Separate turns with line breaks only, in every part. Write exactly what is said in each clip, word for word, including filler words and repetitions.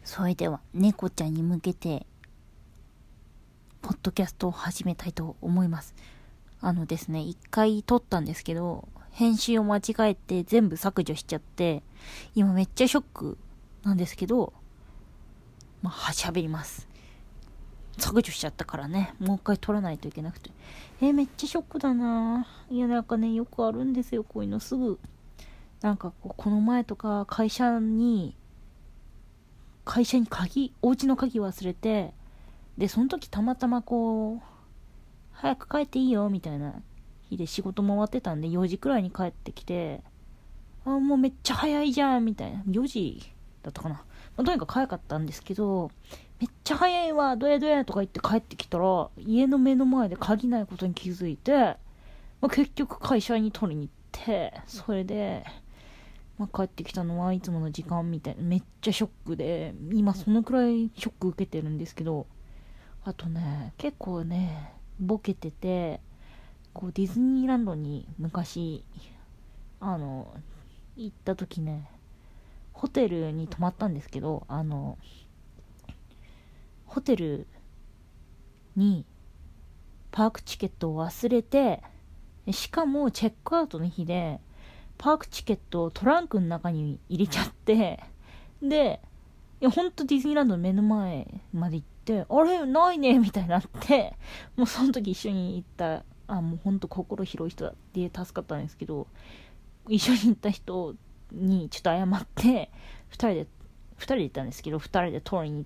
それでは猫ちゃんに向けてポッドキャストを始めたいと思います。あのですね、一回撮ったんですけど、編集を間違えて全部削除しちゃって、今めっちゃショックなんですけど、まあ、喋ります。削除しちゃったからね、もう一回撮らないといけなくて。えー、めっちゃショックだな。いや、なんかね、よくあるんですよ、こういうのすぐ。なんかこう、この前とか会社に、会社に鍵、お家の鍵忘れて、で、その時たまたまこう、早く帰っていいよ、みたいな日で仕事も終わってたんで、よじくらいに帰ってきて、あ、もうめっちゃ早いじゃん、みたいな。よじだったかな。まあ、とにかく早かったんですけど、めっちゃ早いわ、どやどやとか言って帰ってきたら、家の目の前で鍵ないことに気づいて、まあ、結局会社に取りに行って、それで、まあ、帰ってきたのはいつもの時間みたいな、めっちゃショックで、今そのくらいショック受けてるんですけど、あとね、結構ね、ボケてて、こうディズニーランドに昔、あの、行った時ね、ホテルに泊まったんですけど、あの、ホテルにパークチケットを忘れて、しかもチェックアウトの日で、パークチケットをトランクの中に入れちゃって、で、いやほんとディズニーランドの目の前まで行って、あれないねみたいになって、もうその時一緒に行った、あ、もうほんと心広い人だって助かったんですけど、一緒に行った人にちょっと謝って、二人で、二人で行ったんですけど、二人で取りに行って、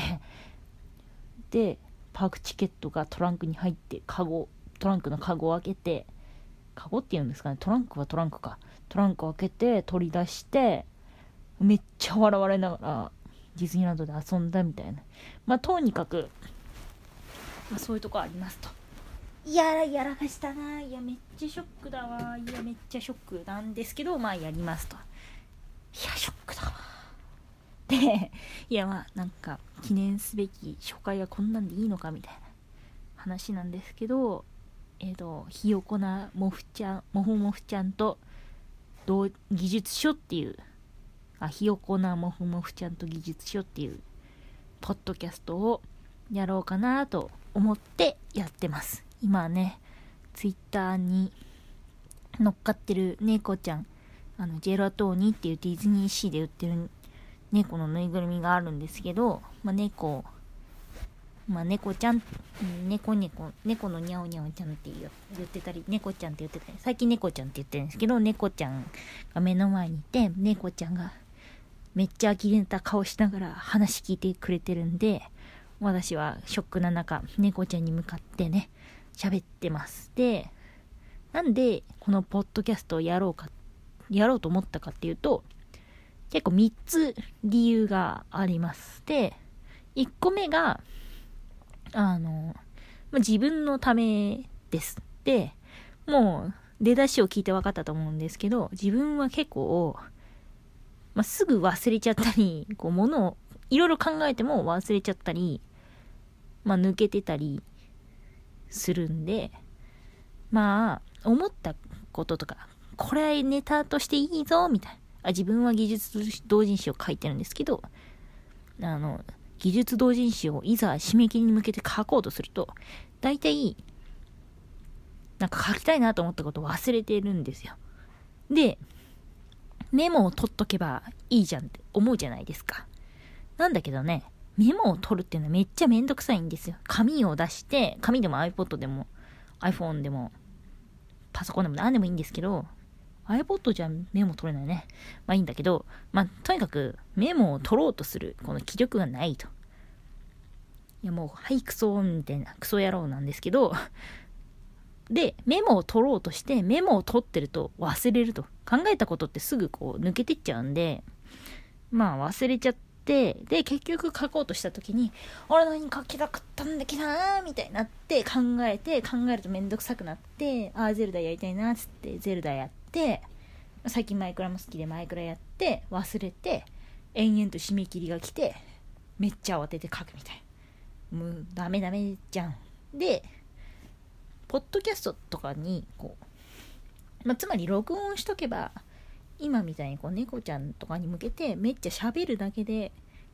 で、パークチケットがトランクに入って、カゴ、トランクのカゴを開けて、カゴっていうんですかね、トランクはトランクか。トランクを開けて取り出して、めっちゃ笑われながらディズニーランドで遊んだみたいな。まあとにかく、まあ、そういうとこありますと。いややらかしたな。いやめっちゃショックだわ。いやめっちゃショックなんですけど、まあやりますと。いやショックだわ。で、いやまあなんか記念すべき初回はこんなんでいいのかみたいな話なんですけど、えっとひよこなもふちゃん、もふもふちゃんと技術書っていう、あ、ひよこなもふもふちゃんと技術書っていうポッドキャストをやろうかなと思ってやってます。今ね、ツイッターに乗っかってる猫ちゃん、あのジェラトーニっていうディズニーシーで売ってる猫のぬいぐるみがあるんですけど、まあ、猫まあ猫ちゃん、猫猫、猫のニャオニャオちゃんって言ってたり、猫ちゃんって言ってたり、最近猫ちゃんって言ってるんですけど、猫ちゃんが目の前にいて、猫ちゃんがめっちゃ呆れた顔しながら話聞いてくれてるんで、私はショックな中、猫ちゃんに向かってね、喋ってます。で、なんでこのポッドキャストをやろうか、やろうと思ったかっていうと、結構みっつ理由があります。で、いっこめが、あの、まあ、自分のためです。で、もう出だしを聞いて分かったと思うんですけど、自分は結構、まあ、すぐ忘れちゃったり、こう物をいろいろ考えても忘れちゃったり、まあ、抜けてたりするんで、まあ思ったこととか、これネタとしていいぞみたいな。あ、自分は技術同人誌を書いてるんですけど、あの技術同人誌をいざ締め切りに向けて書こうとすると、大体なんか書きたいなと思ったことを忘れてるんですよ。で、メモを取っとけばいいじゃんって思うじゃないですか。なんだけどね、メモを取るっていうのはめっちゃめんどくさいんですよ。紙を出して、紙でも iPod でも iPhone でもパソコンでも何でもいいんですけど、iPod じゃメモ取れないね。まあいいんだけど、まあとにかくメモを取ろうとするこの気力がないと。いやもうはいクソみたいなクソ野郎なんですけど、でメモを取ろうとしてメモを取ってると忘れると。考えたことってすぐこう抜けてっちゃうんで、まあ忘れちゃって、で結局書こうとした時に、あれ何書きたかったんだっけなーみたいになって考えて考えるとめんどくさくなって、あーゼルダやりたいなーっつってゼルダやって、最近マイクラも好きでマイクラやって忘れて、延々と締め切りが来てめっちゃ慌てて書くみたいな。もうダメダメじゃん。でポッドキャストとかにこう、まあ、つまり録音しとけば今みたいにこう猫ちゃんとかに向けてめっちゃ喋るだけで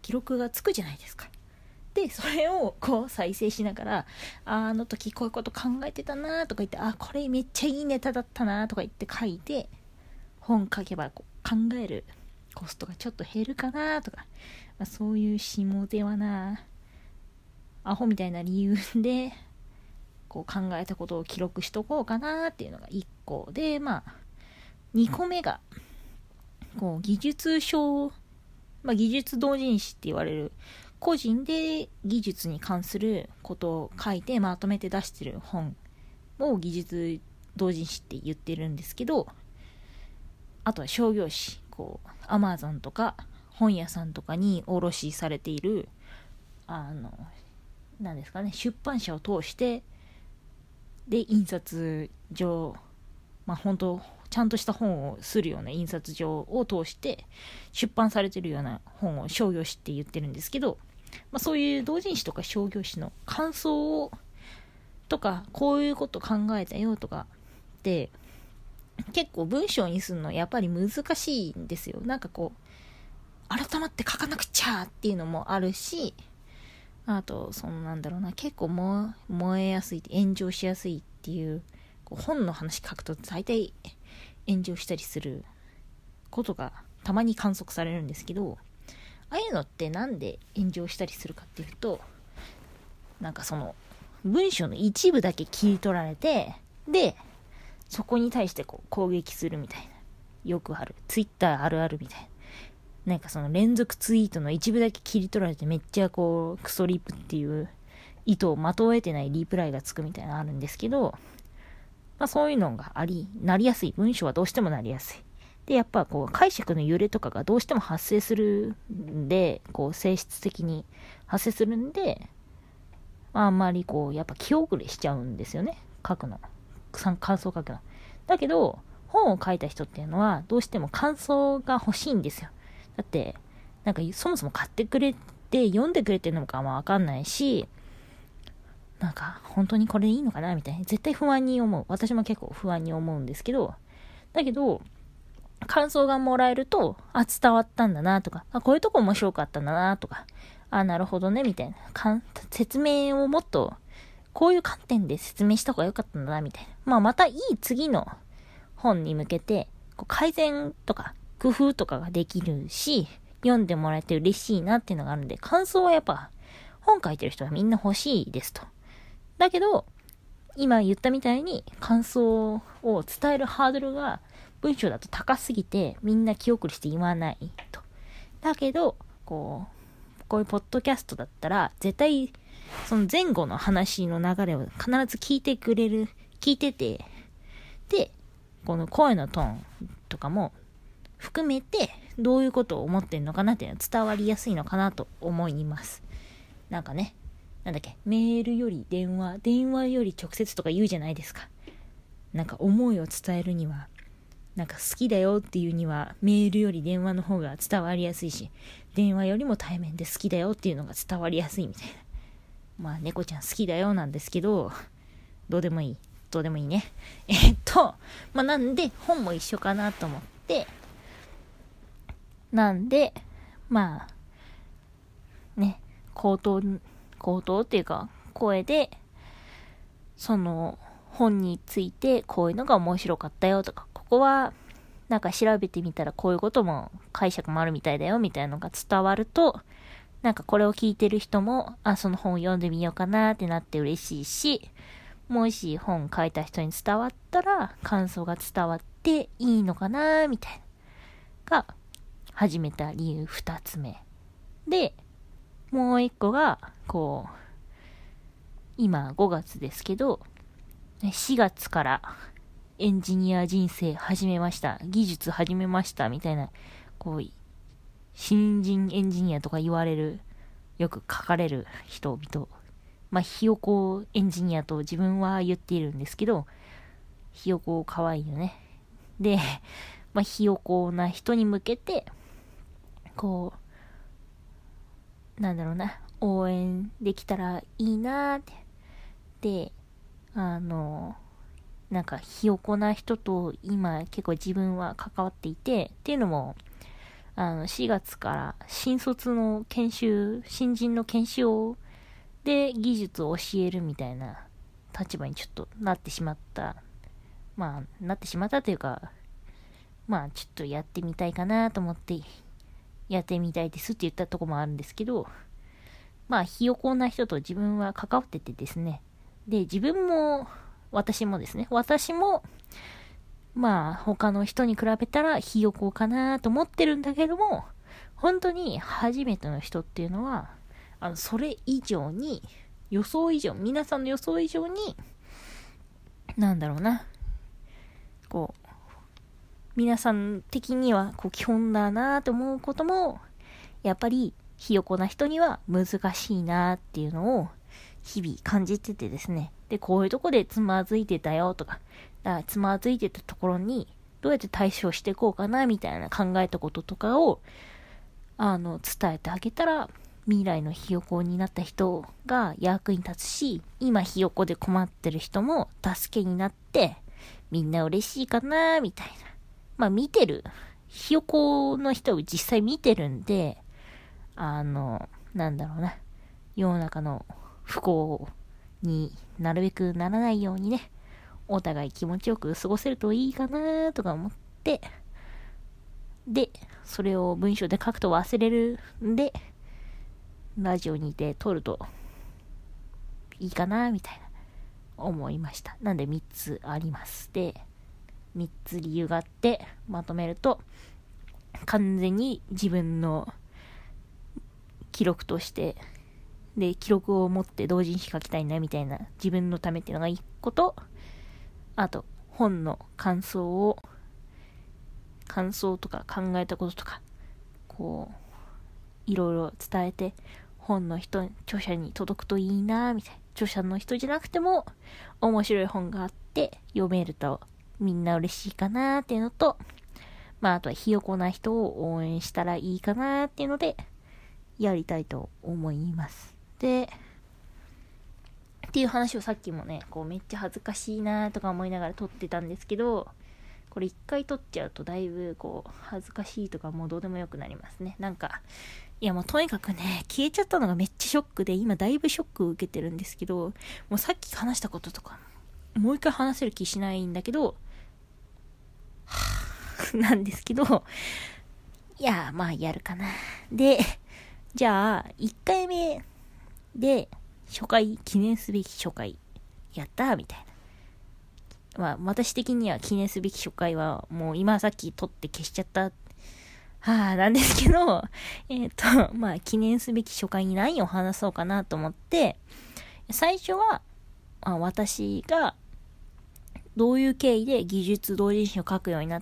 記録がつくじゃないですか。でそれをこう再生しながら、あの時こういうこと考えてたなとか言って、あこれめっちゃいいネタだったなとか言って書いて、本書けばこう考えるコストがちょっと減るかなとか、まあ、そういう下手はなアホみたいな理由でこう考えたことを記録しとこうかなっていうのがいっこで、まあにこめがこう技術書、まあ、技術同人誌って言われる個人で技術に関することを書いてまとめて出してる本を技術同人誌って言ってるんですけど、あとは商業誌、こう Amazon とか本屋さんとかに卸されているあの何ですかね、出版社を通してで印刷所、まあ本当ちゃんとした本をするような印刷所を通して出版されてるような本を商業誌って言ってるんですけど、まあ、そういう同人誌とか商業誌の感想をとか、こういうこと考えたよとかって結構文章にするのやっぱり難しいんですよ。なんかこう改まって書かなくちゃっていうのもあるし、あとそのなんだろうな、結構も燃えやすい、炎上しやすいっていう、こう本の話書くと大体炎上したりすることがたまに観測されるんですけど、ああいうのってなんで炎上したりするかっていうと、なんかその文章の一部だけ切り取られて、でそこに対してこう攻撃するみたいな、よくあるツイッターあるあるみたいな、なんかその連続ツイートの一部だけ切り取られてめっちゃこうクソリプっていう意図を的を得てないリプライがつくみたいなのあるんですけど、まあそういうのがあり、なりやすい、文章はどうしてもなりやすい。で、やっぱこう解釈の揺れとかがどうしても発生するんで、こう性質的に発生するんで、まあ、あんまりこうやっぱ気遅れしちゃうんですよね、書くの、感想書くの。だけど本を書いた人っていうのはどうしても感想が欲しいんですよ。だってなんかそもそも買ってくれて読んでくれてるのかもわかんないし、なんか本当にこれでいいのかなみたいな、絶対不安に思う。私も結構不安に思うんですけど、だけど感想がもらえると、あ、伝わったんだなとか、あ、こういうとこ面白かったんだなとか、あ、なるほどねみたいな、か説明をもっとこういう観点で説明した方が良かったんだなみたいな、まあまたいい次の本に向けてこう改善とか工夫とかができるし、読んでもらえて嬉しいなっていうのがあるんで、感想はやっぱ本書いてる人はみんな欲しいですと。だけど今言ったみたいに感想を伝えるハードルが文章だと高すぎてみんな気遅れして言わないと。だけどこうこういうポッドキャストだったら絶対その前後の話の流れを必ず聞いてくれる、聞いてて、でこの声のトーンとかも含めてどういうことを思ってんのかなっていうのは伝わりやすいのかなと思います。なんかね、なんだっけ、メールより電話、電話より直接とか言うじゃないですか。なんか思いを伝えるには、なんか好きだよっていうにはメールより電話の方が伝わりやすいし、電話よりも対面で好きだよっていうのが伝わりやすいみたいな。まあ猫ちゃん好きだよなんですけど、どうでもいいどうでもいいね。えー、っとまあなんで本も一緒かなと思って、なんでまあね、口頭口頭っていうか声でその本についてこういうのが面白かったよとか、ここはなんか調べてみたらこういうことも解釈もあるみたいだよみたいなのが伝わると、なんかこれを聞いてる人も、あ、その本を読んでみようかなってなって嬉しいし、もし本書いた人に伝わったら感想が伝わっていいのかなみたいなが始めた理由二つ目で、もう一個がこう今ごがつですけど、しがつからエンジニア人生始めました、技術始めましたみたいな、こう新人エンジニアとか言われる、よく書かれる人々、まあひよこエンジニアと自分は言っているんですけど、ひよこかわいいよね。で、まあひよこな人に向けてこうなんだろうな、応援できたらいいなーって。で、あのなんかひよこな人と今結構自分は関わっていてっていうのもあの、しがつから新卒の研修、新人の研修を、で、技術を教えるみたいな立場にちょっとなってしまった。まあ、なってしまったというか、まあ、ちょっとやってみたいかなと思って、やってみたいですって言ったとこもあるんですけど、まあ、ひよこな人と自分は関わっててですね。で、自分も、私もですね、私も、まあ、他の人に比べたらひよこかなと思ってるんだけども、本当に初めての人っていうのは、あの、それ以上に、予想以上、皆さんの予想以上に、なんだろうな、こう、皆さん的にはこう基本だなと思うことも、やっぱりひよこな人には難しいなっていうのを日々感じててですね。で、こういうとこでつまずいてたよとか、だからつまずいてたところにどうやって対処していこうかなみたいな考えたこととかを、あの、伝えてあげたら、未来のひよこになった人が役に立つし、今ひよこで困ってる人も助けになって、みんな嬉しいかなみたいな。まあ見てる。ひよこの人を実際見てるんで、あの、なんだろうな。世の中の不幸になるべくならないようにね、お互い気持ちよく過ごせるといいかなとか思って、で、それを文章で書くと忘れるんで、ラジオにて撮るといいかなみたいな思いました。なんでみっつあります。で、みっつ理由があってまとめると、完全に自分の記録としてで記録を持って同人誌書きたいなみたいな自分のためっていうのがいっこと、あと本の感想を感想とか考えたこととかこういろいろ伝えて本の人著者に届くといいなみたいな、著者の人じゃなくても面白い本があって読めるとみんな嬉しいかなっていうのと、まああとはひよこな人を応援したらいいかなっていうのでやりたいと思います。で、っていう話をさっきもね、こうめっちゃ恥ずかしいなとか思いながら撮ってたんですけど、これ一回撮っちゃうとだいぶこう恥ずかしいとかもうどうでもよくなりますね。なんかいやもうとにかくね、消えちゃったのがめっちゃショックで、今だいぶショックを受けてるんですけど、もうさっき話したこととかもう一回話せる気しないんだけど、なんですけど、いやまあやるかな。で、じゃあいっかいめで初回、記念すべき初回やったーみたいな。まあ私的には記念すべき初回はもう今さっき撮って消しちゃったはあなんですけど、えっとまあ記念すべき初回に何を話そうかなと思って、最初は、まあ、私がどういう経緯で技術同人誌を書くようになって、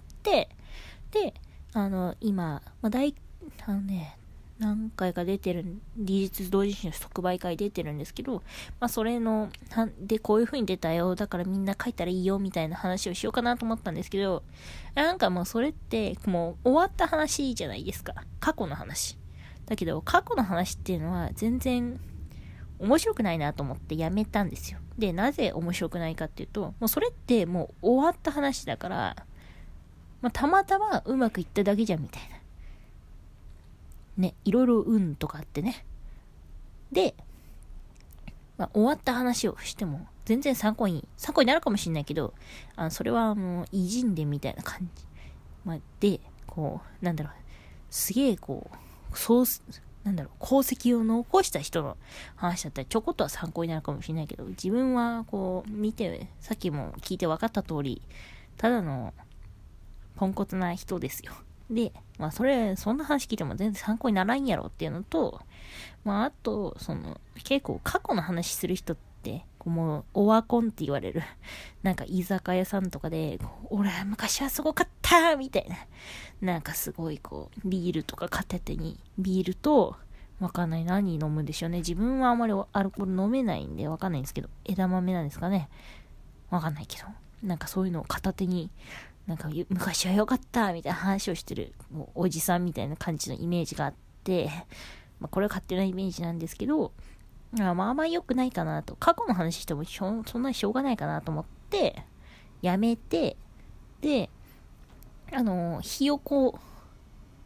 で、あの、今、まあ、大、あのね、何回か出てる、技術同人誌の即売会出てるんですけど、まあ、それの、で、こういう風に出たよ、だからみんな書いたらいいよ、みたいな話をしようかなと思ったんですけど、なんかもうそれって、もう終わった話じゃないですか。過去の話。だけど、過去の話っていうのは全然、面白くないなと思ってやめたんですよ。で、なぜ面白くないかっていうと、もうそれってもう終わった話だから、まあ、たまたまうまくいっただけじゃんみたいな。ね、いろいろ運とかあってね。で、まあ、終わった話をしても全然参考に、参考になるかもしれないけど、あのそれはもう偉人伝みたいな感じ。まあ、で、こう、なんだろう、すげえこう、そう、なんだろう、功績を残した人の話だったらちょこっとは参考になるかもしれないけど、自分はこう見て、さっきも聞いて分かった通り、ただのポンコツな人ですよ。で、まあそれ、そんな話聞いても全然参考にならんやろっていうのと、まああと、その、結構過去の話する人って、もう、オワコンって言われる。なんか居酒屋さんとかで、俺は昔はすごかったみたいな。なんかすごいこう、ビールとか片手に、ビールと、わかんない何飲むんでしょうね。自分はあまりアルコール飲めないんでわかんないんですけど、枝豆なんですかね。わかんないけど。なんかそういうのを片手に、なんか昔は良かったみたいな話をしてるもうおじさんみたいな感じのイメージがあって、まあ、これは勝手なイメージなんですけど、まあまあ良くないかなと、過去の話してもしょそんなにしょうがないかなと思ってやめて、であのひよこ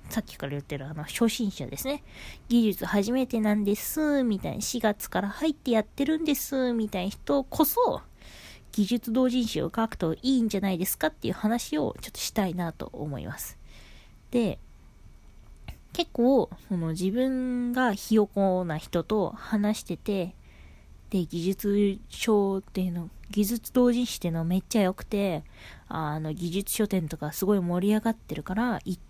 さっきから言ってるあの初心者ですね。技術初めてなんですみたいな、しがつから入ってやってるんですみたいな人こそ技術同人誌を書くといいんじゃないですかっていう話をちょっとしたいなと思います。で、結構その自分がひよこな人と話してて、で技術書っていうの、技術同人誌っていうのめっちゃ良くて、あの技術書店とかすごい盛り上がってるから行って、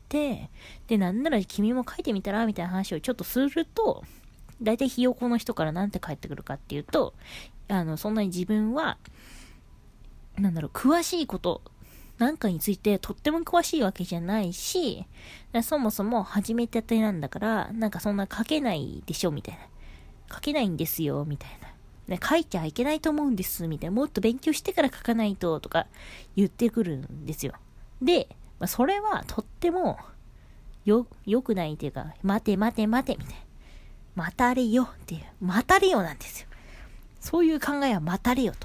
でなんなら君も書いてみたらみたいな話をちょっとすると、だいたいひよこの人からなんて返ってくるかっていうと、あのそんなに自分はなんだろう詳しいことなんかについてとっても詳しいわけじゃないし、そもそも始めたてなんだから、なんかそんな書けないでしょみたいな、書けないんですよみたいな、ね、書いちゃいけないと思うんですみたいな、もっと勉強してから書かないととか言ってくるんですよ。で、まあ、それはとってもよ良くないっていうか、待て待て待てみたいな、待たれよっていう、待たれよなんですよ。そういう考えは待たれよと。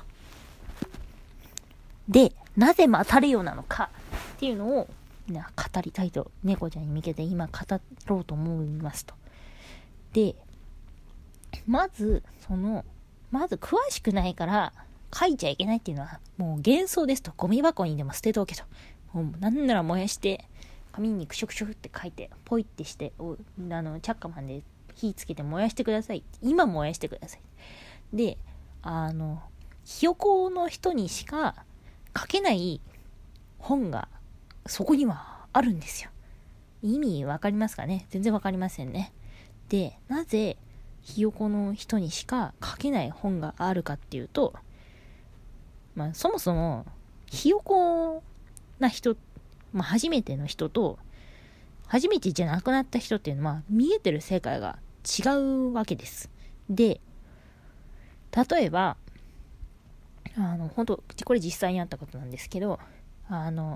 で、なぜ待たれよなのかっていうのを語りたいと、猫ちゃんに向けて今語ろうと思いますと。で、まずそのまず詳しくないから書いちゃいけないっていうのはもう幻想ですと。ゴミ箱にでも捨てておけと。もうなんなら燃やして紙にクシュクシュって書いてポイってしておあのチャッカマンで火つけて燃やしてください。今燃やしてください。で、あのひよこの人にしか書けない本がそこにはあるんですよ。意味わかりますかね？全然わかりませんね。で、なぜひよこの人にしか書けない本があるかっていうと、まあそもそもひよこな人、まあ初めての人と初めてじゃなくなった人っていうのは見えてる世界が違うわけです。で、例えばあの本当これ実際にあったことなんですけど、あの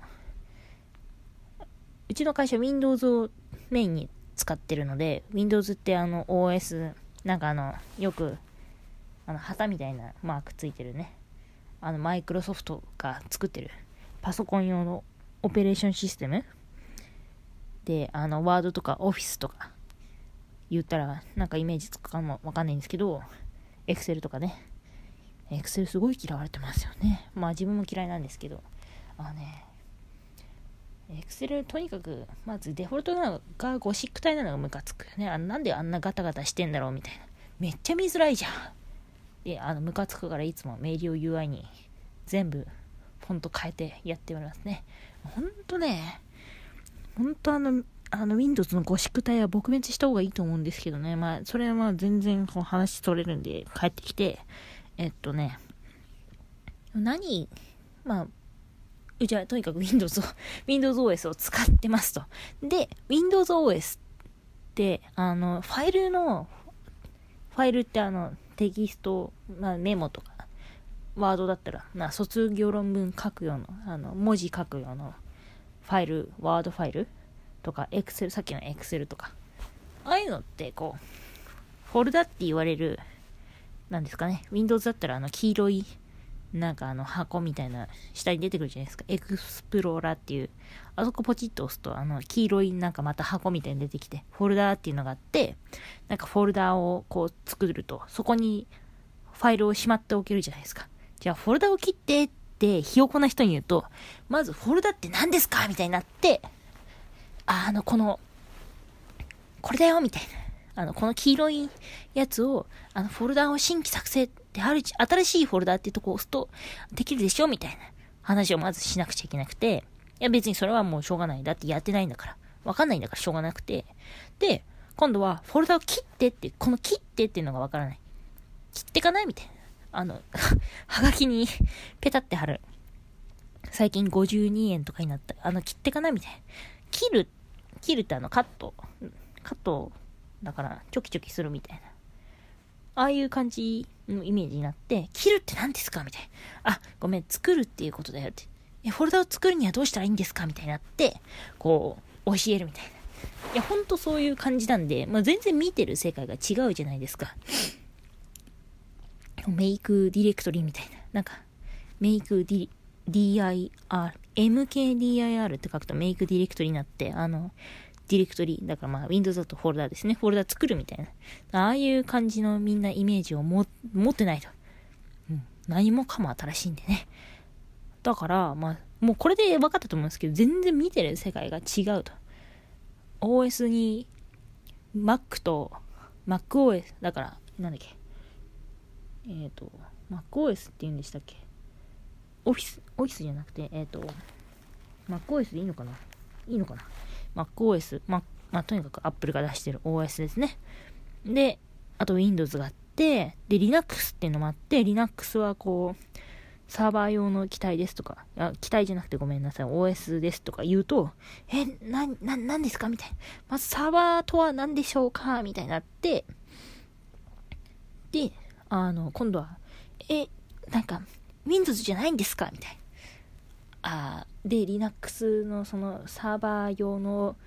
うちの会社 Windows をメインに使ってるので、 Windows ってあの オーエス なんかあのよくあの旗みたいなマークついてるね、あのマイクロソフトが作ってるパソコン用のオペレーションシステムで、あのワードとかオフィスとか言ったらなんかイメージつくかもわかんないんですけど、エクセルとかね、エクセルすごい嫌われてますよね。まあ自分も嫌いなんですけど、あのね、エクセルとにかくまずデフォルトなのがゴシック体なのがムカつくよね。あなんであんなガタガタしてんだろうみたいな、めっちゃ見づらいじゃん。で、あのムカつくからいつもメイリオ ユーアイ に全部フォント変えてやっておりますね。ほんとね、ほんとあのあの Windows のゴシック体は撲滅した方がいいと思うんですけどね。まあそれはまあ全然こう話取れるんで帰ってきて、えっとね何まあうちはとにかく Windows を Windows オーエス を使ってますと。で Windows オーエスってあのファイルのファイルってあのテキスト、まあ、メモとかワードだったらな卒業論文書く用のあの文字書く用のファイル、ワードファイルとか Excel、 さっきの Excel とかああいうのってこうフォルダって言われるなんですかね、 Windows だったらあの黄色いなんかあの箱みたいな下に出てくるじゃないですか、エクスプローラーっていう、あそこポチッと押すとあの黄色いなんかまた箱みたいに出てきてフォルダーっていうのがあって、なんかフォルダーをこう作るとそこにファイルをしまっておけるじゃないですか。じゃあフォルダを切ってってひよこな人に言うと、まずフォルダって何ですかみたいになって、あのこのこれだよみたいな、あのこの黄色いやつをあのフォルダを新規作成ってある新しいフォルダっていうとこを押すとできるでしょみたいな話をまずしなくちゃいけなくて、いや別にそれはもうしょうがない、だってやってないんだからわかんないんだからしょうがなくて、で今度はフォルダを切ってって、この切ってっていうのがわからない、切ってかないみたいな、あのはがきにペタって貼る、最近ごじゅうにえんとかになったあの切ってかないみたいな、切る切るってあのカットカットだからチョキチョキするみたいな、ああいう感じのイメージになって、切るって何ですかみたいな、あごめん作るっていうことだよって、えフォルダを作るにはどうしたらいいんですかみたいになってこう教えるみたいな、いやほんとそういう感じなんで、まあ、全然見てる世界が違うじゃないですか。メイクディレクトリみたいな、なんかメイクディ ディーアイアール エムケーディーアイアール って書くとメイクディレクトリになって、あのディレクトリだからまあ Windows だとフォルダですね。フォルダ作るみたいな。ああいう感じのみんなイメージをも持ってないと。うん。何もかも新しいんでね。だから、まあ、もうこれで分かったと思うんですけど、全然見てる世界が違うと。オーエス に Mac と MacOS だから、なんだっけ。えっ、ー、と、MacOS って言うんでしたっけ。オフィス、オフィスじゃなくて、えっ、ー、と、MacOS でいいのかないいのかな ?MacOS、ま、まあ、とにかく Apple が出してる オーエス ですね。で、あと Windows があって、で、Linux っていうのもあって、Linux はこう、サーバー用の機体ですとか、あ、機体じゃなくてごめんなさい、オーエス ですとか言うと、え、な、な、なんですかみたいな。まずサーバーとは何でしょうかみたいになって、で、あの、今度は、え、なんか、Windows じゃないんですかみたいな。あで、Linux のそのサーバー用の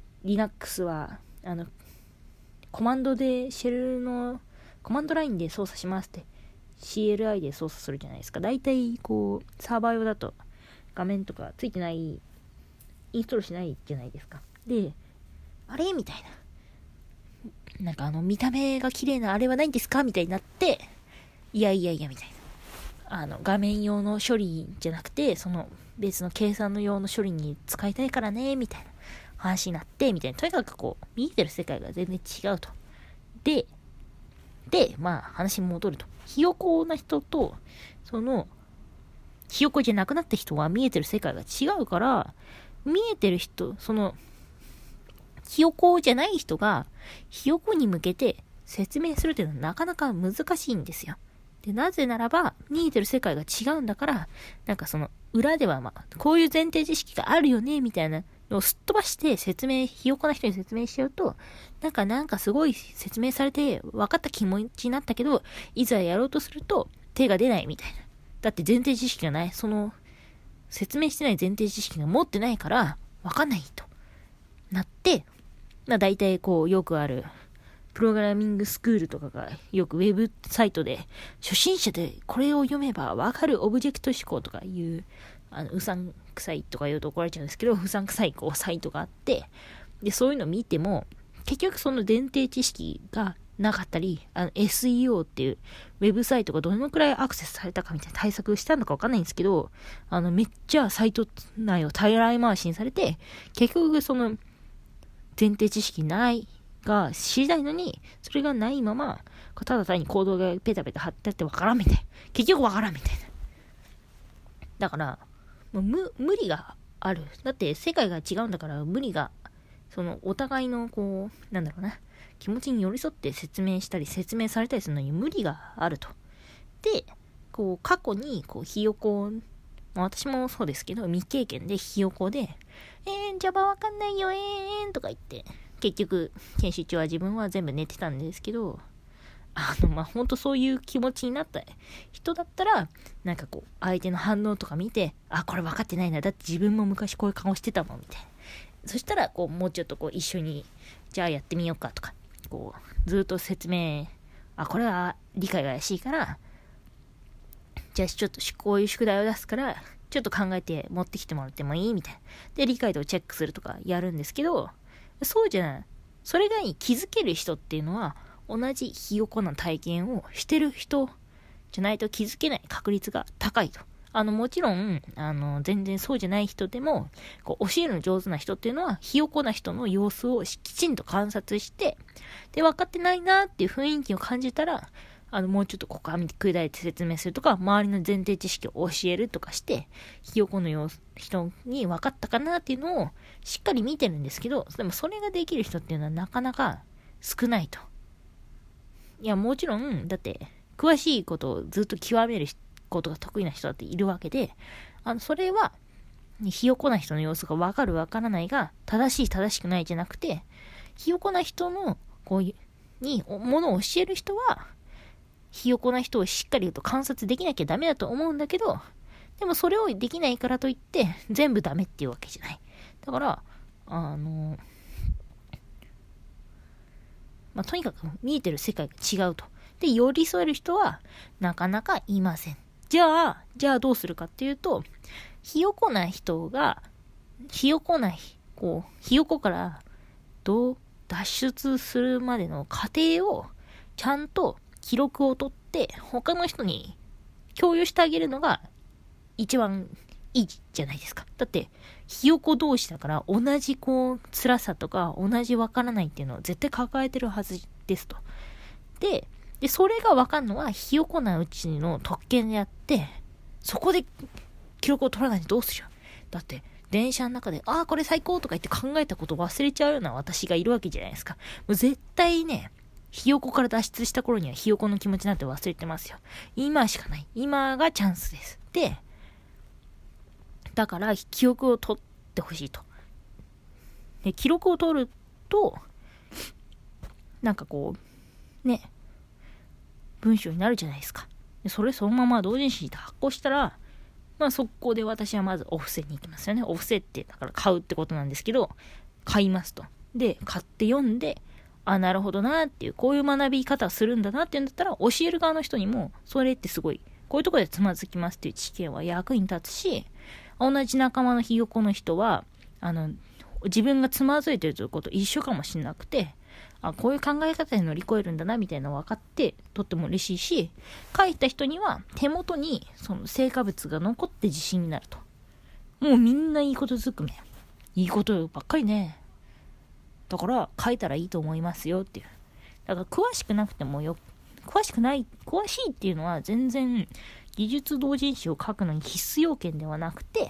Linux は、あの、コマンドでシェルの、コマンドラインで操作しますって。シーエルアイ で操作するじゃないですか。だいたいこうサーバー用だと画面とかついてない、インストールしないじゃないですか。で、あれみたいな、なんかあの見た目が綺麗なあれはないんですかみたいになって、いやいやいやみたいな、あの画面用の処理じゃなくてその別の計算の用の処理に使いたいからねみたいな話になってみたいな。とにかくこう見えてる世界が全然違うと。でで、まあ話に戻ると。ひよこな人と、その、ひよこじゃなくなった人は見えてる世界が違うから、見えてる人、その、ひよこじゃない人が、ひよこに向けて説明するっていうのはなかなか難しいんですよ。で、なぜならば、見えてる世界が違うんだから、なんかその、裏ではまあ、こういう前提知識があるよね、みたいなのをすっ飛ばして説明、ひよこな人に説明しちゃうと、なんかなんかすごい説明されて分かった気持ちになったけど、いざやろうとすると手が出ないみたいな。だって前提知識がない、その、説明してない前提知識が持ってないから分かんないとなって、まあ大体こうよくある、プログラミングスクールとかがよくウェブサイトで初心者でこれを読めばわかるオブジェクト思考とかいうあのうさんくさいとか言うと怒られちゃうんですけど、うさんくさいこうサイトがあって、でそういうの見ても結局その前提知識がなかったり、あの エスイーオー っていうウェブサイトがどのくらいアクセスされたかみたいな対策したのかわかんないんですけど、あのめっちゃサイト内をたらい回しにされて、結局その前提知識ないが知りたいのに、それがないまま、ただ単にコードがペタペタ貼ってあってわからんみたいな。結局わからんみたいな。だから、もう無、無理がある。だって世界が違うんだから無理が、そのお互いのこう、なんだろうな、気持ちに寄り添って説明したり説明されたりするのに無理があると。で、こう過去にこうひよこ、まあ、私もそうですけど、未経験でひよこで、えー、Java わかんないよ、えーんとか言って、結局、研修中は自分は全部寝てたんですけど、あの、まあ、ほんとそういう気持ちになった人だったら、なんかこう、相手の反応とか見て、あ、これ分かってないな。だって自分も昔こういう顔してたもん、みたいな。そしたら、こう、もうちょっとこう、一緒に、じゃあやってみようかとか、こう、ずっと説明、あ、これは理解が怪しいから、じゃあちょっとこういう宿題を出すから、ちょっと考えて持ってきてもらってもいいみたいな。で、理解度をチェックするとかやるんですけど、そうじゃない。それがに気づける人っていうのは、同じひよこな体験をしてる人じゃないと気づけない確率が高いと。あの、もちろん、あの、全然そうじゃない人でも、こう、教えるの上手な人っていうのは、ひよこな人の様子をきちんと観察して、で、分かってないなっていう雰囲気を感じたら、あの、もうちょっとここは見て砕いて説明するとか、周りの前提知識を教えるとかして、ひよこの様子、人に分かったかなっていうのをしっかり見てるんですけど、でもそれができる人っていうのはなかなか少ないと。いや、もちろん、だって、詳しいことをずっと極めることが得意な人だっているわけで、あの、それは、ひよこな人の様子が分かる分からないが、正しい正しくないじゃなくて、ひよこな人の、こういう、に、ものを教える人は、ひよこな人をしっかりと観察できなきゃダメだと思うんだけど、でもそれをできないからといって、全部ダメっていうわけじゃない。だから、あの、まあ、とにかく見えてる世界が違うと。で、寄り添える人はなかなかいません。じゃあ、じゃあどうするかっていうと、ひよこな人が、ひよこない、こう、ひよこからどう脱出するまでの過程をちゃんと記録を取って他の人に共有してあげるのが一番いいじゃないですか。だってひよこ同士だから同じこう辛さとか同じわからないっていうのを絶対抱えてるはずですと。で、でそれがわかるのはひよこなうちの特権であって、そこで記録を取らないでどうするよ。だって電車の中でああこれ最高とか言って考えたことを忘れちゃうような私がいるわけじゃないですか。もう絶対ね、ひよこから脱出した頃にはひよこの気持ちなんて忘れてますよ。今しかない。今がチャンスです。で、だから記憶を取ってほしいと。で、記録を取るとなんかこうね、文章になるじゃないですか。でそれそのまま同人誌で発行したら、まあ速攻で私はまずお布施に行きますよね。お布施ってだから買うってことなんですけど、買いますと。で、買って読んで、あ、なるほどなっていう、こういう学び方するんだなっていうんだったら、教える側の人にも、それってすごい、こういうところでつまずきますっていう知見は役に立つし、同じ仲間のひよこの人は、あの、自分がつまずいてるということ一緒かもしれなくて、あ、こういう考え方で乗り越えるんだなみたいなの分かってとっても嬉しいし、書いた人には手元にその成果物が残って自信になると。もうみんないいことずくめ、いいことばっかりね。だから書いたらいいと思いますよっていう。だから詳しくなくてもよ、詳しくない詳しいっていうのは全然技術同人誌を書くのに必須要件ではなくて、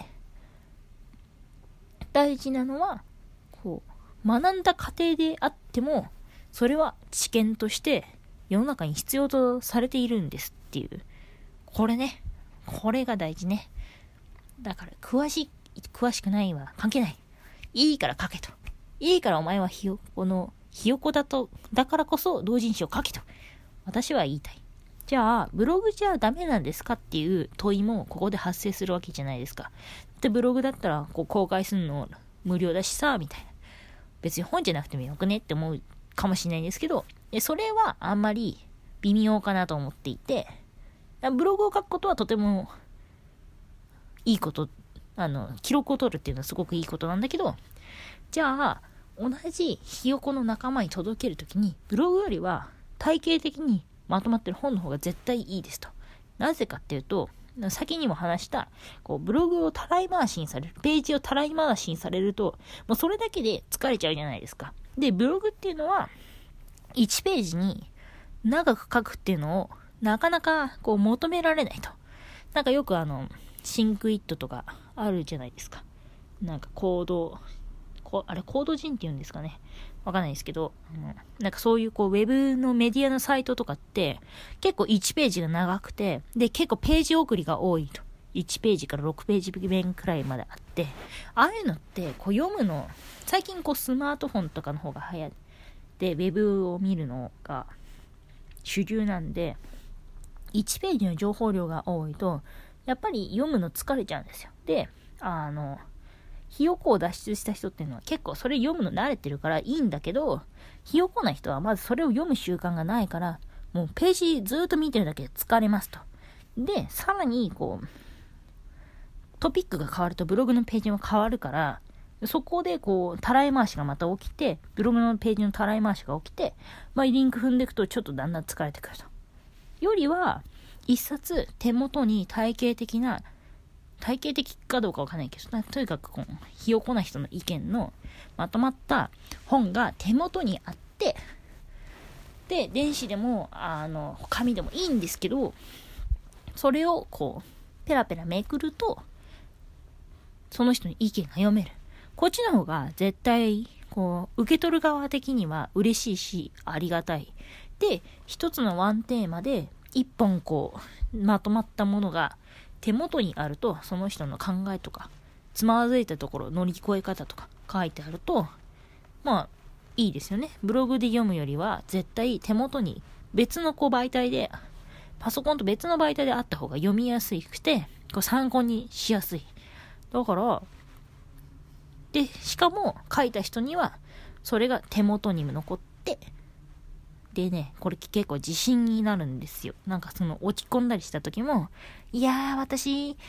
大事なのはこう学んだ過程であっても、それは知見として世の中に必要とされているんですっていう、これね、これが大事ね。だから詳しい詳しくないは関係ない。いいから書けと。いいからお前はひよこのひよこだとだからこそ同人誌を書けと私は言いたい。じゃあブログじゃダメなんですかっていう問いもここで発生するわけじゃないですか。でブログだったらこう公開するの無料だしさみたいな、別に本じゃなくてもよくねって思うかもしれないんですけど、それはあんまり微妙かなと思っていて、ブログを書くことはとてもいいこと、あの記録を取るっていうのはすごくいいことなんだけど、じゃあ同じひよこの仲間に届けるときにブログよりは体系的にまとまってる本の方が絶対いいですと。なぜかっていうと、先にも話したこうブログをたらい回しにされる、ページをたらい回しにされるともうそれだけで疲れちゃうじゃないですか。でブログっていうのはいちページに長く書くっていうのをなかなかこう求められないと。なんかよくあのシンクイットとかあるじゃないですか。なんかコードこあれコード人って言うんですかね、わかんないですけど、うん、なんかそういうこうウェブのメディアのサイトとかって結構いちページが長くて、で結構ページ送りが多いと、いちページからろくページ分くらいまであって、ああいうのってこう読むの最近こうスマートフォンとかの方が流行ってウェブを見るのが主流なんで、いちページの情報量が多いとやっぱり読むの疲れちゃうんですよ。で、あのひよこを脱出した人っていうのは結構それ読むの慣れてるからいいんだけど、ひよこな人はまずそれを読む習慣がないから、もうページずっと見てるだけで疲れますと。で、さらにこうトピックが変わるとブログのページも変わるから、そこでこうたらい回しがまた起きて、ブログのページのたらい回しが起きて、まあリンク踏んでいくとちょっとだんだん疲れてくると。よりは一冊手元に体系的な体系的かどうかわかんないけど、とにかくこのひよこな人の意見のまとまった本が手元にあって、で電子でもあの紙でもいいんですけど、それをこうペラペラめくるとその人の意見が読める。こっちの方が絶対こう受け取る側的には嬉しいしありがたい。で、一つのワンテーマで一本こうまとまったものが手元にあると、その人の考えとかつまずいたところ乗り越え方とか書いてあると、まあいいですよね。ブログで読むよりは絶対手元に別のこう媒体で、パソコンと別の媒体であった方が読みやすくて、こう参考にしやすい。だからで、しかも書いた人にはそれが手元にも残って、でね、これ結構自信になるんですよ。なんかその落ち込んだりした時も、いやー私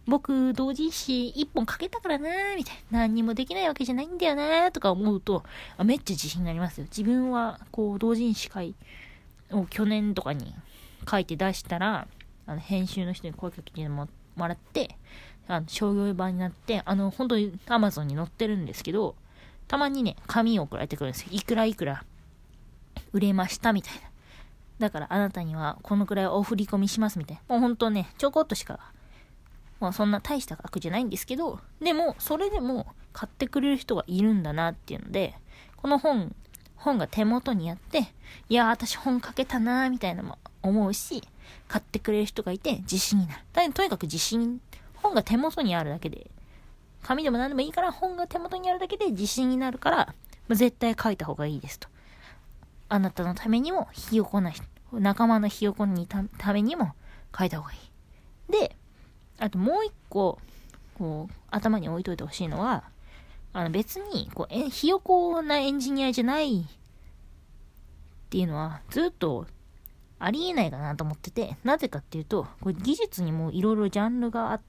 僕同人誌一本書けたからなーみたいな、何にもできないわけじゃないんだよなーとか思うと、あめっちゃ自信になりますよ。自分はこう同人誌会を去年とかに書いて出したら、あの編集の人に声かけてもらって、あの商業版になって、あの本当に Amazon に載ってるんですけど、たまにね紙を送られてくるんですよ。いくらいくら売れましたみたいな。だからあなたにはこのくらいお振り込みしますみたいな。もうほんとねちょこっとしか、まあそんな大した額じゃないんですけど、でもそれでも買ってくれる人がいるんだなっていうので、この本本が手元にあって、いやー私本書けたなーみたいなのも思うし、買ってくれる人がいて自信になる。だとにかく自信、本が手元にあるだけで、紙でも何でもいいから本が手元にあるだけで自信になるから、まあ、絶対書いた方がいいですと。あなたのためにもひよこな人、仲間のひよこにたためにも書いた方がいい。で、あともう一個こう頭に置いといてほしいのは、あの別にこうえひよこなエンジニアじゃないっていうのはずっとありえないかなと思ってて、なぜかっていうと、これ技術にもいろいろジャンルがあって、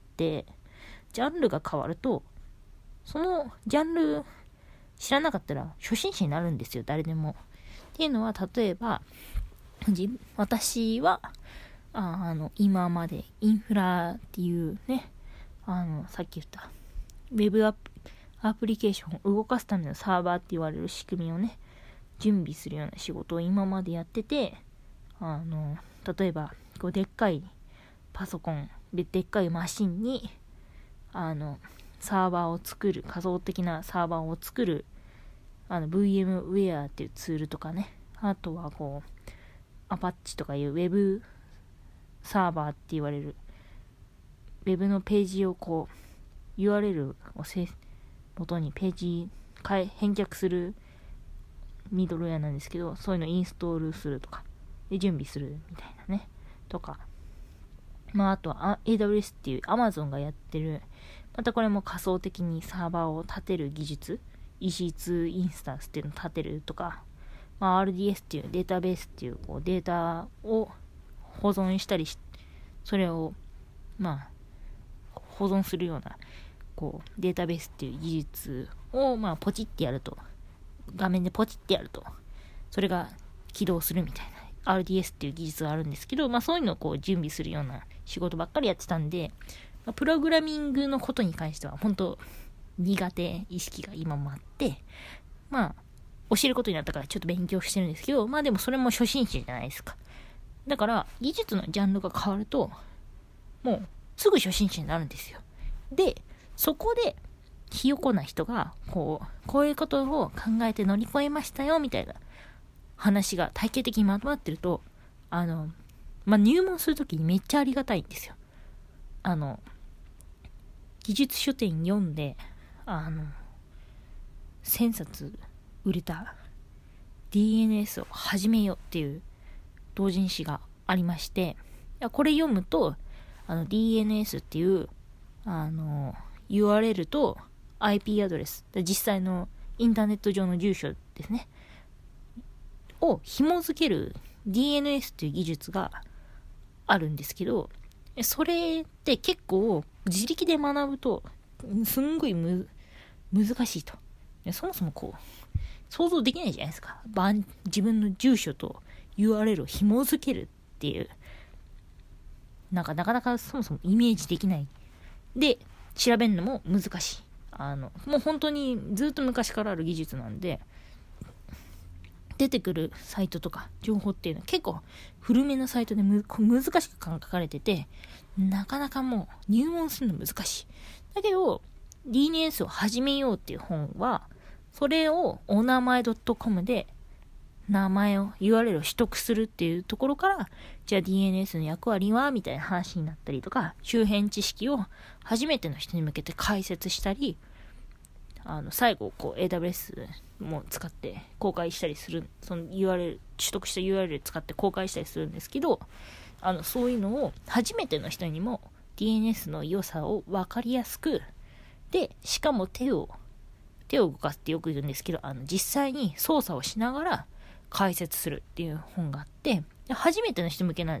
ジャンルが変わると、そのジャンル知らなかったら初心者になるんですよ、誰でも。っていうのは、例えば私はああの今までインフラっていうね、あのさっき言ったウェブアプアプリケーションを動かすためのサーバーって言われる仕組みをね、準備するような仕事を今までやってて、あの例えばこうでっかいパソコンででっかいマシンにあのサーバーを作る、仮想的なサーバーを作るあの ブイエムウェア っていうツールとかね、あとはこうアパッチとかいうウェブサーバーって言われるウェブのページをこう ユーアールエル をせ元にページ変え返却するミドルウェアなんですけど、そういうのをインストールするとかで準備するみたいなねとか、まああとは エーダブリューエス っていう Amazon がやってる、またこれも仮想的にサーバーを立てる技術、イーシーツー インスタンスっていうのを立てるとか、まあ、アールディーエス っていうデータベースっていう、こうデータを保存したりし、それをまあ保存するようなこうデータベースっていう技術をまあポチってやると、画面でポチってやるとそれが起動するみたいな アールディーエス っていう技術があるんですけど、まあそういうのをこう準備するような仕事ばっかりやってたんで、まあ、プログラミングのことに関しては本当苦手意識が今もあって、まあ教えることになったからちょっと勉強してるんですけど、まあでもそれも初心者じゃないですか。だから技術のジャンルが変わるともうすぐ初心者になるんですよ。でそこでひよこな人がこうこういうことを考えて乗り越えましたよみたいな話が体系的にまとまってると、あのまあ入門するときにめっちゃありがたいんですよ。あの技術書店読んであのせんさつ売れた ディーエヌエス を始めようっていう同人誌がありまして、これ読むとあの ディーエヌエス っていうあの ユーアールエル と アイピー アドレス、実際のインターネット上の住所ですねを紐付ける ディーエヌエス っていう技術があるんですけど、それって結構自力で学ぶとすんごいむ難しいと。そもそもこう想像できないじゃないですか。自分の住所と ユーアールエル を紐付けるっていう、なんかなかなかそもそもイメージできないで調べるのも難しい。あのもう本当にずっと昔からある技術なんで、出てくるサイトとか情報っていうのは結構古めのサイトでむ難しく書かれてて、なかなかもう入門するの難しい。だけど ディーエヌエス を始めようっていう本は、それをお名前 .com で名前を ユーアールエル を取得するっていうところから、じゃあ ディーエヌエス の役割はみたいな話になったりとか、周辺知識を初めての人に向けて解説したり、あの最後こう エーダブリューエス も使って公開したりする、その ユーアールエル 取得した ユーアールエル 使って公開したりするんですけど、あのそういうのを初めての人にも ディーエヌエス の良さを分かりやすく、でしかも手を手を動かすってよく言うんですけど、あの実際に操作をしながら解説するっていう本があって、初めての人向けなんですよ。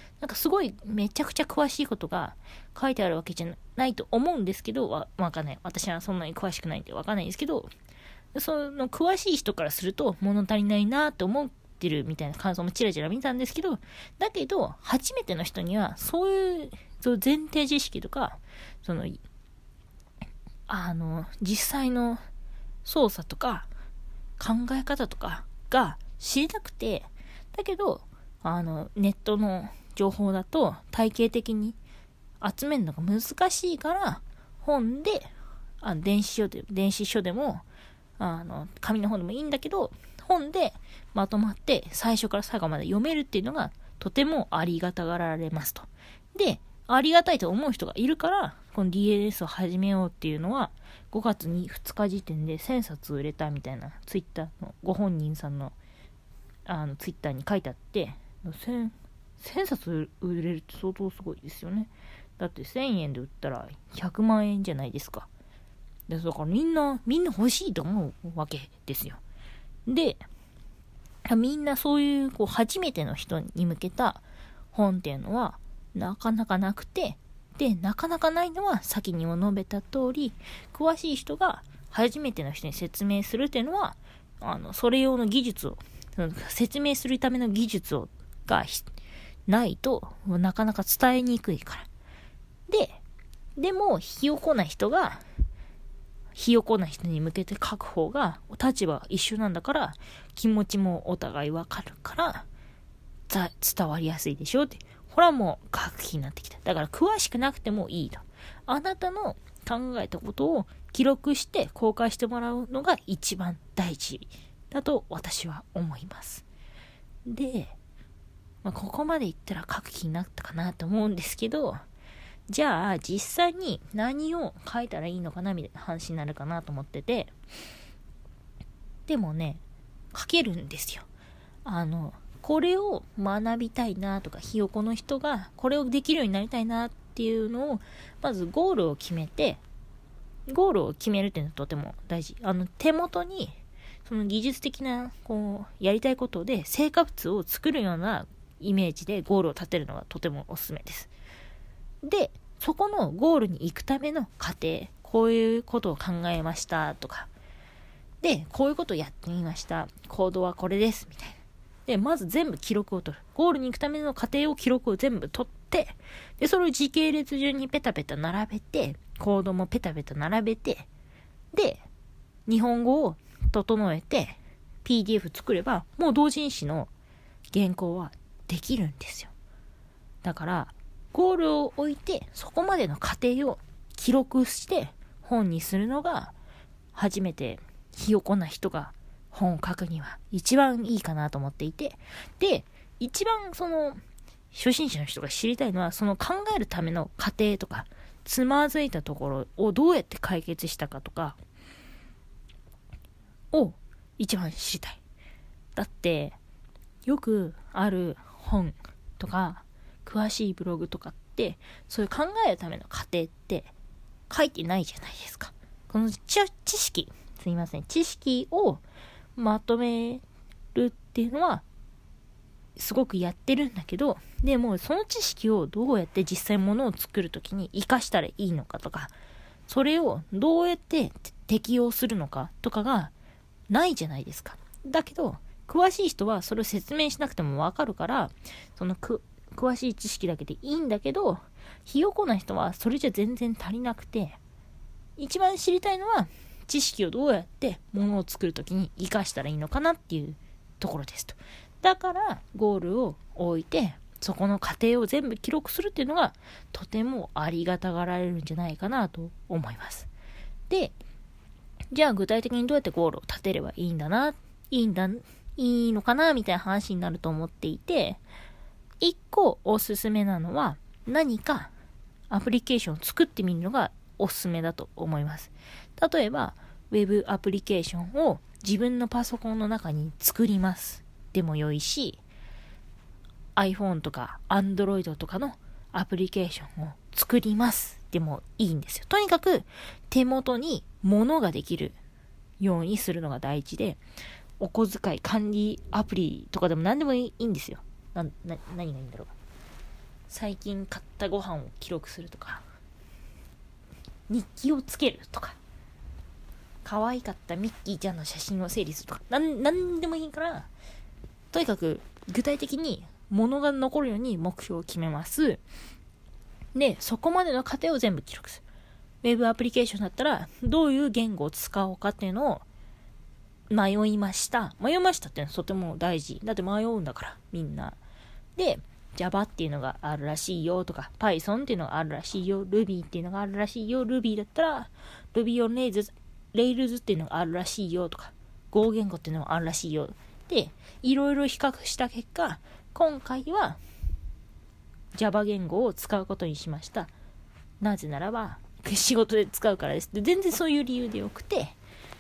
なんかすごいめちゃくちゃ詳しいことが書いてあるわけじゃないと思うんですけど、わ、わかんない。私はそんなに詳しくないんでわかんないですけど、その詳しい人からすると物足りないなって思ってるみたいな感想もちらちら見たんですけど、だけど初めての人にはそういうその前提知識とか、そのあの実際の操作とか考え方とかが知りたくて、だけどあのネットの情報だと体系的に集めるのが難しいから、本であ電子書で電子書でもあの紙の本でもいいんだけど、本でまとまって最初から最後まで読めるっていうのがとてもありがたがられますと。で、ありがたいと思う人がいるから、この ディーエルエス を始めようっていうのはごがつにふつか時点でせんさつ売れたみたいなツイッターのご本人さんのあのツイッターに書いてあって、1000, 1000冊売れるって相当すごいですよね。だってせんえんで売ったらひゃくまんえんじゃないですか。でだからみんなみんな欲しいと思うわけですよ。でみんなそういう、こう初めての人に向けた本っていうのはなかなかなくて、でなかなかないのは先にも述べた通り、詳しい人が初めての人に説明するっていうのは、あのそれ用の技術を説明するための技術をがないとなかなか伝えにくいから。ででもひよこな人がひよこな人に向けて書く方が立場一緒なんだから、気持ちもお互いわかるから伝わりやすいでしょって。ほらもう書く気になってきた。だから詳しくなくてもいいと。あなたの考えたことを記録して公開してもらうのが一番大事だと私は思います。で、まあ、ここまで言ったら書く気になったかなと思うんですけど、じゃあ実際に何を書いたらいいのかなみたいな話になるかなと思ってて、でもね、書けるんですよ。あのこれを学びたいなとか、ひよこの人がこれをできるようになりたいなっていうのをまずゴールを決めて、ゴールを決めるっていうのはとても大事。あの手元にその技術的なこうやりたいことで成果物を作るようなイメージでゴールを立てるのがとてもおすすめです。で、そこのゴールに行くための過程、こういうことを考えましたとか、でこういうことをやってみました、行動はこれですみたいな。でまず全部記録を取る。ゴールに行くための過程を記録を全部取って、でそれを時系列順にペタペタ並べて、コードもペタペタ並べて、で日本語を整えて ピーディーエフ 作れば、もう同人誌の原稿はできるんですよ。だからゴールを置いて、そこまでの過程を記録して本にするのが、初めてひよこな人が本を書くには一番いいかなと思っていて、で一番その初心者の人が知りたいのは、その考えるための過程とか、つまずいたところをどうやって解決したかとかを一番知りたい。だってよくある本とか詳しいブログとかって、そういう考えるための過程って書いてないじゃないですか。この知識すいません知識をまとめるっていうのはすごくやってるんだけど、でもその知識をどうやって実際物を作るときに活かしたらいいのかとか、それをどうやって適用するのかとかがないじゃないですか。だけど詳しい人はそれを説明しなくてもわかるから、そのく詳しい知識だけでいいんだけど、ひよこな人はそれじゃ全然足りなくて、一番知りたいのは知識をどうやって物を作るときに活かしたらいいのかなっていうところですと。だからゴールを置いて、そこの過程を全部記録するっていうのがとてもありがたがられるんじゃないかなと思います。で、じゃあ具体的にどうやってゴールを立てればいいんだな、いいんだ、いいのかなみたいな話になると思っていて、一個おすすめなのは、何かアプリケーションを作ってみるのがおすすめだと思います。例えばウェブアプリケーションを自分のパソコンの中に作りますでも良いし、 iPhone とか Android とかのアプリケーションを作りますでもいいんですよ。とにかく手元に物ができるようにするのが大事で、お小遣い管理アプリとかでも何でもいいんですよ。なな何がいいんだろう。 最近買ったご飯を記録するとか、日記をつけるとか、可愛かったミッキーちゃんの写真を整理するとか、なん、なんでもいいから、とにかく具体的に物が残るように目標を決めます。で、そこまでの過程を全部記録する。ウェブアプリケーションだったら、どういう言語を使おうかっていうのを迷いました。迷いましたっていうのはとても大事。だって迷うんだから、みんな。で、Java っていうのがあるらしいよとか、Python っていうのがあるらしいよ、Ruby っていうのがあるらしいよ、Ruby だったら、Ruby on Rails、Rails っていうのがあるらしいよとか、Go 言語っていうのがあるらしいよ。で、いろいろ比較した結果、今回は Java 言語を使うことにしました。なぜならば、仕事で使うからです。で、全然そういう理由でよくて、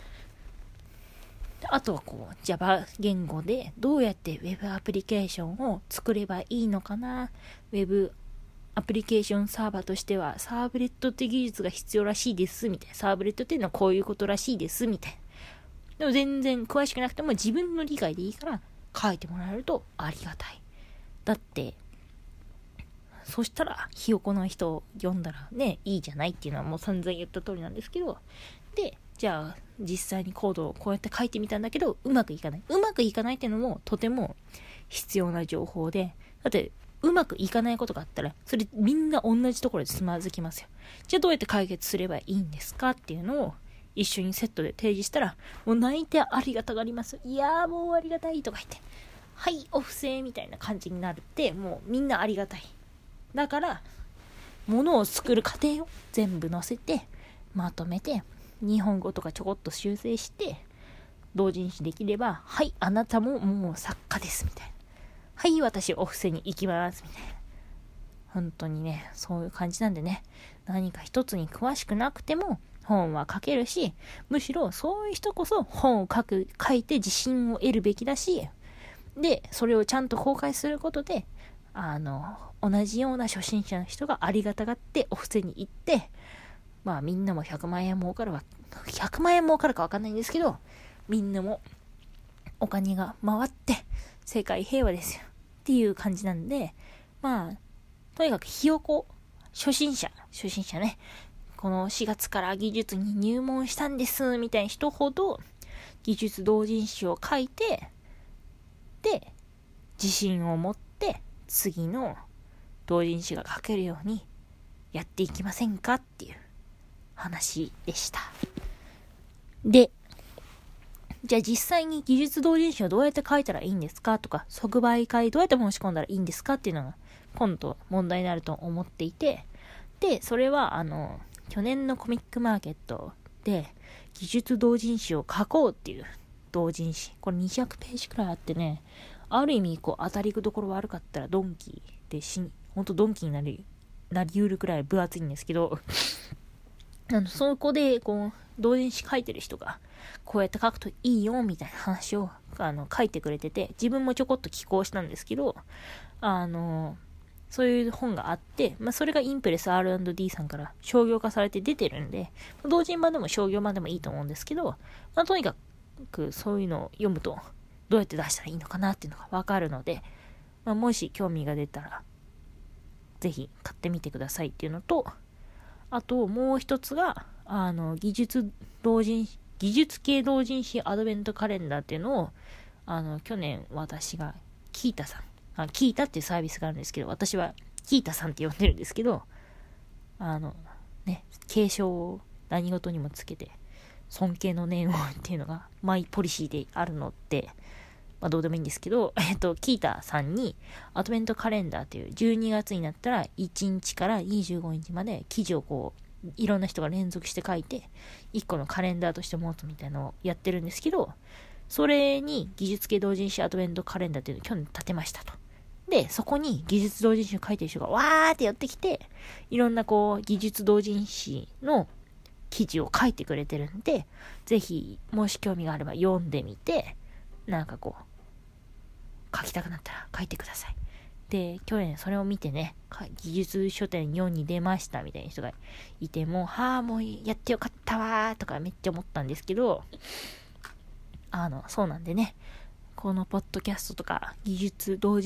あとはこう Java 言語でどうやって Web アプリケーションを作ればいいのかな。 Web アプリケーションサーバーとしてはサーブレットって技術が必要らしいですみたいな。サーブレットっていうのはこういうことらしいですみたいな。でも全然詳しくなくても自分の理解でいいから書いてもらえるとありがたい。だってそしたらひよこの人を読んだらねいいじゃないっていうのはもう散々言った通りなんですけど、でじゃあ実際にコードをこうやって書いてみたんだけどうまくいかない。うまくいかないっていうのもとても必要な情報で、だってうまくいかないことがあったらそれみんな同じところでつまずきますよ。じゃあどうやって解決すればいいんですかっていうのを一緒にセットで提示したらもう泣いてありがたがります。いやーもうありがたいとか言って、はいお布施みたいな感じになるって、もうみんなありがたい。だから物を作る過程を全部載せてまとめて日本語とかちょこっと修正して同人誌できれば、はいあなたももう作家ですみたいな、はい私お布施に行きますみたいな、本当にねそういう感じなんでね、何か一つに詳しくなくても本は書けるし、むしろそういう人こそ本を書く書いて自信を得るべきだし、でそれをちゃんと公開することであの同じような初心者の人がありがたがってお布施に行って、まあみんなもひゃくまんえん儲かるわ、ひゃくまんえん儲かるかわかんないんですけど、みんなもお金が回って世界平和ですよっていう感じなんで、まあとにかくひよこ初心者初心者ね、このしがつから技術に入門したんですみたいな人ほど技術同人誌を書いて、で自信を持って次の同人誌が書けるようにやっていきませんかっていう話でした。で、じゃあ実際に技術同人誌をどうやって書いたらいいんですかとか、即売会どうやって申し込んだらいいんですかっていうのが今度問題になると思っていて、でそれはあの去年のコミックマーケットで技術同人誌を書こうっていう同人誌、これにひゃくページくらいあってね、ある意味こう当たりどころ悪かったらドンキでしほんとドンキになりなりうるくらい分厚いんですけどあのそこでこう同人誌書いてる人がこうやって書くといいよみたいな話をあの書いてくれてて、自分もちょこっと寄稿したんですけど、あのそういう本があって、まあ、それがインプレス アールアンドディー さんから商業化されて出てるんで、同人版でも商業版でもいいと思うんですけど、まあ、とにかくそういうのを読むとどうやって出したらいいのかなっていうのがわかるので、まあ、もし興味が出たらぜひ買ってみてくださいっていうのと、あともう一つがあの技術同人技術系同人誌アドベントカレンダーっていうのをあの去年私がキータさんあキータっていうサービスがあるんですけど、私はキータさんって呼んでるんですけど、あのね継承を何事にもつけて尊敬の念をっていうのがマイポリシーであるのって、まあどうでもいいんですけど、えっとキータさんにアドベントカレンダーっていうじゅうにがつになったらいちにちからにじゅうごにちまで記事をこういろんな人が連続して書いていっこのカレンダーとして持つみたいなのをやってるんですけど、それに技術系同人誌アドベントカレンダーっていうのを去年立てましたと。でそこに技術同人誌を書いてる人がわーってやってきて、いろんなこう技術同人誌の記事を書いてくれてるんで、ぜひもし興味があれば読んでみて、なんかこう書きたくなったら書いてください。で去年それを見てね、技術書店よんに出ましたみたいな人がいても、はあもうやってよかったわーとかめっちゃ思ったんですけど、あのそうなんでね、このポッドキャストとか技術同人誌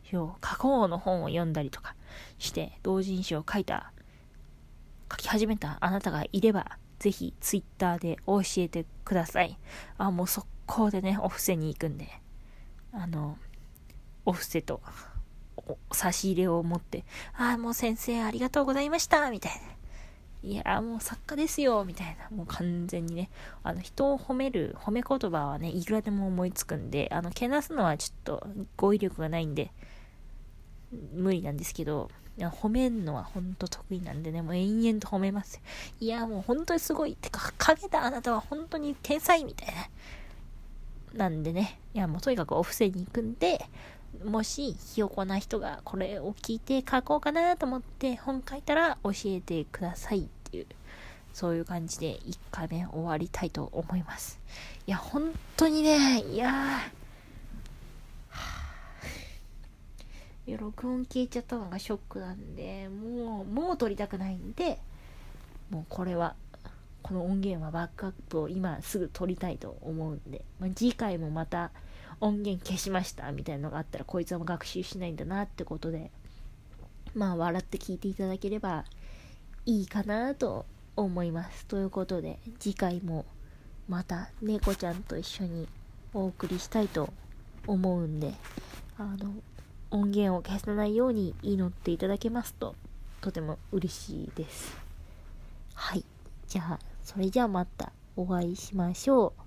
過去の本を読んだりとかして同人誌を書いた書き始めたあなたがいれば、ぜひツイッターで教えてください。あ、もう速攻でね、お布施に行くんで、あのお布施と差し入れを持って、あ、もう先生ありがとうございましたみたいな、いやもう作家ですよみたいな、もう完全にね、あの人を褒める褒め言葉はね、いくらでも思いつくんで、あのけなすのはちょっと語彙力がないんで無理なんですけど、褒めるのは本当得意なんでね、もう延々と褒めますよ。いやもう本当にすごい、てかかけたあなたは本当に天才みたいな、なんでね、いやもうとにかくお布施に行くんで、もしひよこな人がこれを聞いて書こうかなと思って本書いたら教えてくださいっていう、そういう感じでいっかいめ終わりたいと思います。いや本当にね、いやー録音消えちゃったのがショックなんで、もうもう撮りたくないんで、もうこれはこの音源はバックアップを今すぐ撮りたいと思うんで、まあ、次回もまた音源消しましたみたいなのがあったら、こいつは学習しないんだなってことで、まあ笑って聞いていただければいいかなと思います。ということで次回もまた猫ちゃんと一緒にお送りしたいと思うんで、あの音源を消さないように祈っていただけますととても嬉しいです。はい、じゃあそれじゃあまたお会いしましょう。